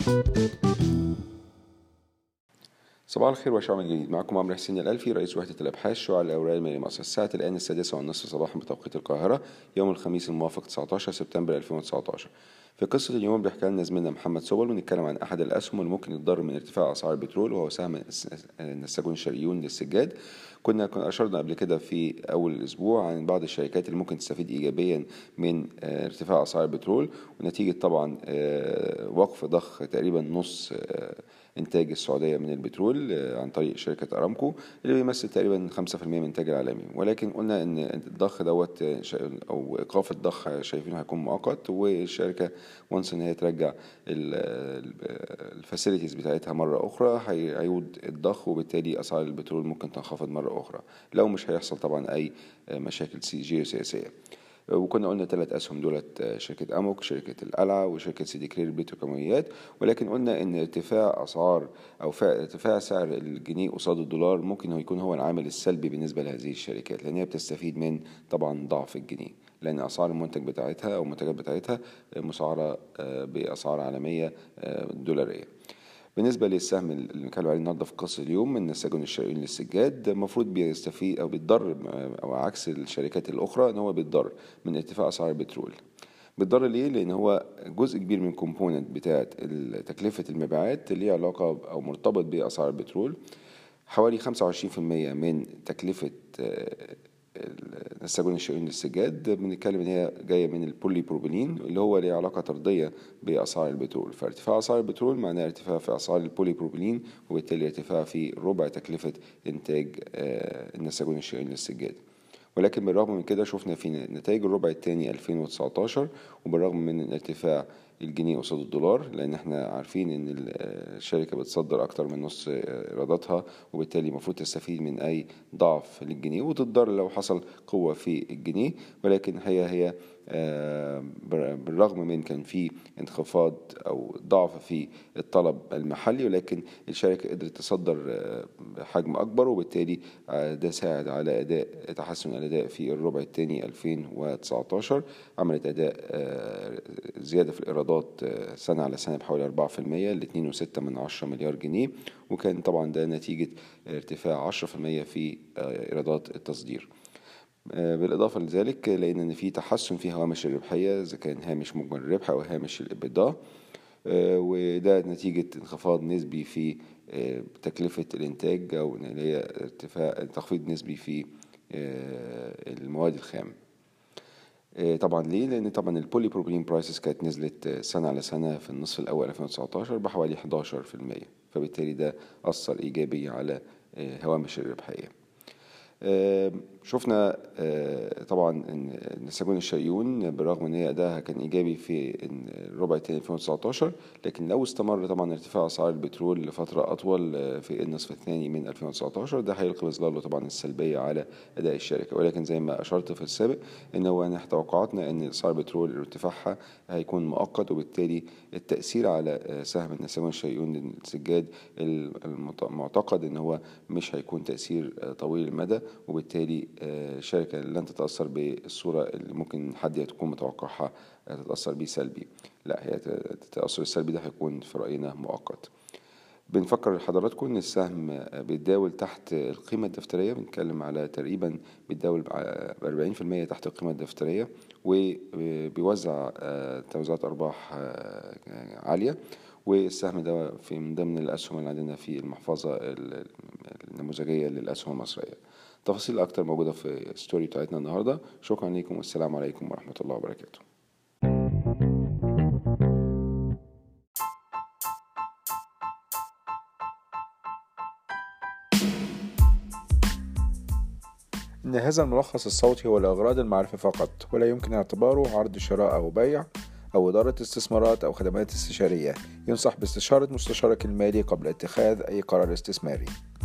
صباح الخير وشعب جديد. معكم عمرو حسين الألفي رئيس وحدة الأبحاث شعاع الأوراق المالية مصر. الساعة الآن 6:30 صباحا بتوقيت القاهرة، يوم الخميس الموافق 19 سبتمبر 2019. في قصة اليوم بيحكي لنا زميلنا محمد سوبل، ونتكلم عن أحد الأسهم اللي ممكن يتضرر من ارتفاع أسعار البترول، وهو سهم النساجون الشرقيون للسجاد. كنا أشرنا قبل كده في أول الأسبوع عن بعض الشركات اللي ممكن تستفيد إيجابيا من ارتفاع أسعار البترول، ونتيجة طبعا وقف ضخ تقريبا نص إنتاج السعودية من البترول عن طريق شركة أرامكو اللي بيمثل تقريبا 5% من الإنتاج العالمي. ولكن قلنا إن الضخ دوت أو إيقاف الضخ شايفينه هيكون مؤقت، والشركة وانس إن هي ترجع الفاسيلتيز بتاعتها مرة أخرى هيعود الضخ، وبالتالي أسعار البترول ممكن تنخفض مرة أخرى لو مش هيحصل طبعا أي مشاكل جيوسياسية. وكنا قلنا 3 أسهم دولت، شركة أموك، شركة القلعة، وشركة سيدي كرير البتروكيماويات. ولكن قلنا إن ارتفاع أسعار أو ارتفاع سعر الجنيه قصاد الدولار ممكن هو يكون هو العامل السلبي بالنسبة لهذه الشركات، لأن هي بتستفيد من طبعا ضعف الجنيه، لأن أسعار المنتج بتاعتها أو المنتجات بتاعتها مسعرة بأسعار عالمية دولارية. بالنسبة للسهم اللي بنتكلم عليه النهارده في قصة اليوم من النساجون الشرقيون للسجاد، المفروض بيستفيد أو بيتضرر، أو عكس الشركات الأخرى إن هو بيتضرر من ارتفاع أسعار البترول. بيتضرر ليه؟ لأن هو جزء كبير من الكومبوننت بتاعت تكلفة المبيعات اللي ليها علاقة أو مرتبط بأسعار البترول. حوالي 25% من تكلفة النساجون الشرقيون للسجاد بنتكلم ان هي جايه من البولي بروبيلين اللي هو ليه علاقه طرديه باسعار البترول. فارتفاع اسعار البترول معناه ارتفاع في اسعار البولي بروبيلين، وبالتالي ارتفاع في ربع تكلفه انتاج النساجون الشرقيون للسجاد. ولكن بالرغم من كده شفنا في نتائج الربع الثاني 2019، وبالرغم من ارتفاع الجنيه قصاد الدولار، لان احنا عارفين ان الشركه بتصدر اكتر من نص ايراداتها، وبالتالي المفروض تستفيد من اي ضعف للجنيه وتتضرر لو حصل قوه في الجنيه. ولكن هي بالرغم من كان في انخفاض او ضعف في الطلب المحلي، ولكن الشركه قدرت تصدر بحجم اكبر، وبالتالي ده ساعد على تحسن الاداء في الربع الثاني 2019. عملت اداء زياده في الايرادات سنه على سنه بحوالي 4% ل 2.6 مليار جنيه، وكان طبعا ده نتيجه ارتفاع 10% في ايرادات التصدير. بالإضافة لذلك لقينا إن في تحسن في هوامش الربحية، إذا كان هامش مجمل الربح أو هامش الإبداع، وده نتيجة انخفاض نسبي في تكلفة الإنتاج، أو اللي هي تخفيض نسبي في المواد الخام. طبعا ليه؟ لأن طبعا البولي بروبيلين برايسز كانت نزلت سنة على سنة في النصف الأول 2019 بحوالي 11%، فبالتالي ده أثر إيجابي على هوامش الربحية. شفنا طبعا ان النساجون الشرقيون بالرغم ان هي ادائها كان ايجابي في الربع الثاني 2019، لكن لو استمر طبعا ارتفاع اسعار البترول لفتره اطول في النصف الثاني من 2019 ده هيلقي بظلاله طبعا السلبيه على اداء الشركه. ولكن زي ما اشرت في السابق ان هو نحن توقعاتنا ان اسعار البترول ارتفاعها هيكون مؤقت، وبالتالي التاثير على سهم النساجون الشرقيون للسجاد المعتقد ان هو مش هيكون تاثير طويل المدى، وبالتالي الشركة لن تتأثر بالصورة اللي ممكن حد يكون متوقعها تتأثر بيه سلبي. لا، هي التأثر السلبي ده هيكون في رأينا مؤقت. بنفكر حضراتكم ان السهم بيتداول تحت القيمة الدفترية، بنتكلم على تقريبا بيتداول ب 40% تحت القيمة الدفترية، وبيوزع توزيعات أرباح عالية. والسهم ده من ضمن الأسهم اللي عندنا في المحفظة النموذجية للأسهم المصرية. تفاصيل أكتر موجودة في الستوري بتاعتنا النهاردة. شكرا لكم والسلام عليكم ورحمة الله وبركاته. إن هذا الملخص الصوتي هو لأغراض المعرفة فقط، ولا يمكن اعتباره عرض شراء أو بيع أو إدارة استثمارات أو خدمات استشارية. ينصح باستشارة مستشارك المالي قبل اتخاذ أي قرار استثماري.